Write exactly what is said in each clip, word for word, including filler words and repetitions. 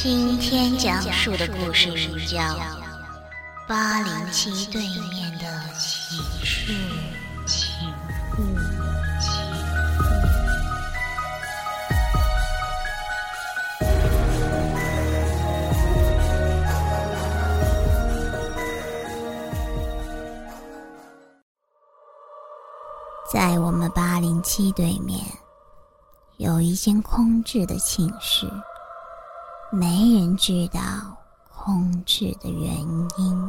今天讲述的故事名叫《八零七对面的启示情物》。在我们八零七对面，有一间空置的寝室，没人知道空置的原因。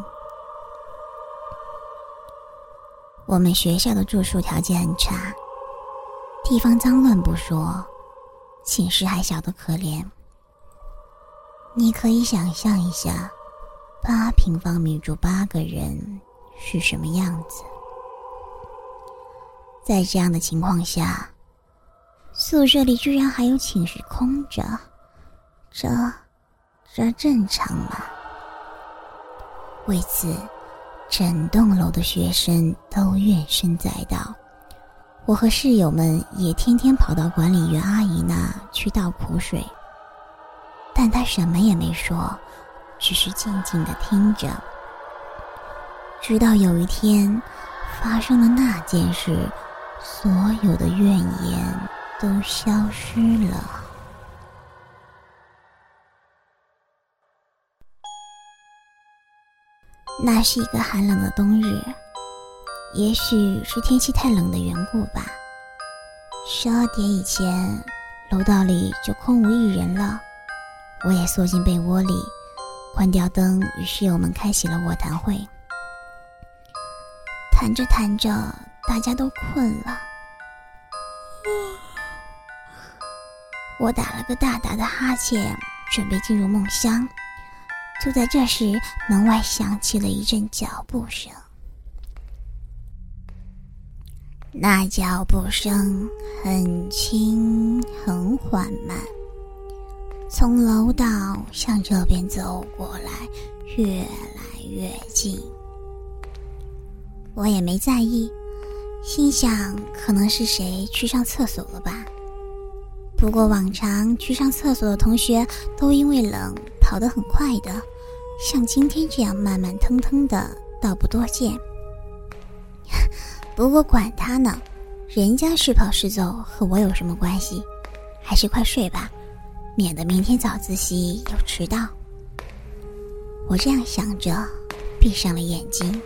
我们学校的住宿条件很差，地方脏乱不说，寝室还小得可怜。你可以想象一下，八平方米住八个人是什么样子。在这样的情况下，宿舍里居然还有寝室空着，这这正常吗？为此，整栋楼的学生都怨声载道，我和室友们也天天跑到管理员阿姨那去倒苦水，但她什么也没说，只是静静地听着。直到有一天发生了那件事，所有的怨言都消失了。那是一个寒冷的冬日，也许是天气太冷的缘故吧。十二点以前，楼道里就空无一人了。我也缩进被窝里，关掉灯，与室友们开启了卧谈会。谈着谈着，大家都困了。我打了个大大的哈欠，准备进入梦乡。就在这时，门外响起了一阵脚步声。那脚步声很轻很缓慢，从楼道向这边走过来，越来越近。我也没在意，心想可能是谁去上厕所了吧。不过往常去上厕所的同学都因为冷跑得很快的，像今天这样慢慢腾腾的倒不多见。不过管他呢，人家是跑是走和我有什么关系，还是快睡吧，免得明天早自习又迟到。我这样想着，闭上了眼睛。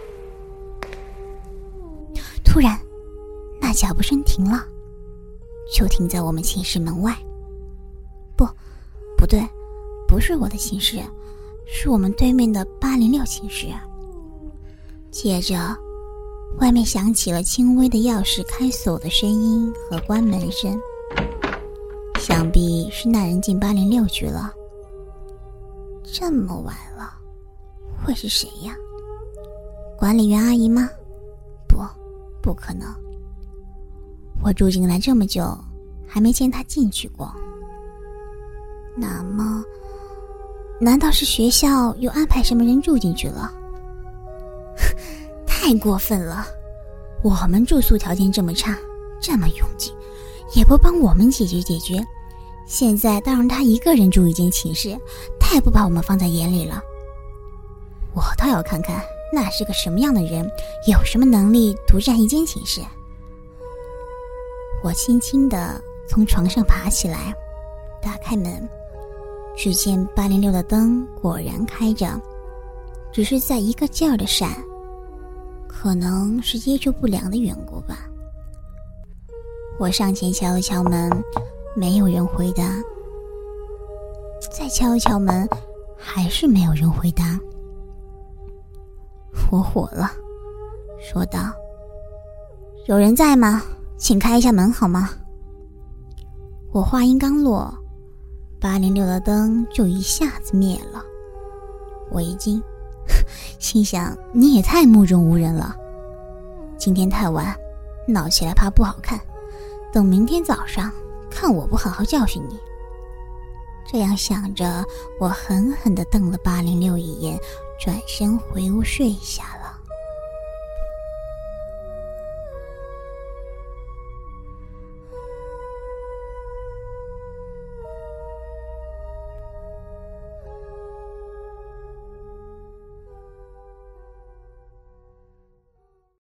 突然那脚步声停了，就停在我们寝室门外。不不对，不是我的寝室，是我们对面的八零六寝室。接着外面响起了轻微的钥匙开锁的声音和关门声，想必是那人进八零六去了。这么晚了，会是谁呀？管理员阿姨吗？不不可能，我住进来这么久，还没见她进去过。那么难道是学校又安排什么人住进去了？太过分了，我们住宿条件这么差，这么拥挤，也不帮我们解决解决，现在倒让他一个人住一间寝室，太不把我们放在眼里了。我倒要看看那是个什么样的人，有什么能力独占一间寝室。我轻轻地从床上爬起来，打开门，只见八零六的灯果然开着，只是在一个劲儿的闪，可能是接触不良的缘故吧。我上前敲了敲门，没有人回答。再敲一敲门，还是没有人回答。我火了，说道：有人在吗？请开一下门好吗？我话音刚落，八零六的灯就一下子灭了。我一惊，心想你也太目中无人了，今天太晚，闹起来怕不好看，等明天早上看我不好好教训你。这样想着，我狠狠地瞪了八零六一眼，转身回屋睡下了。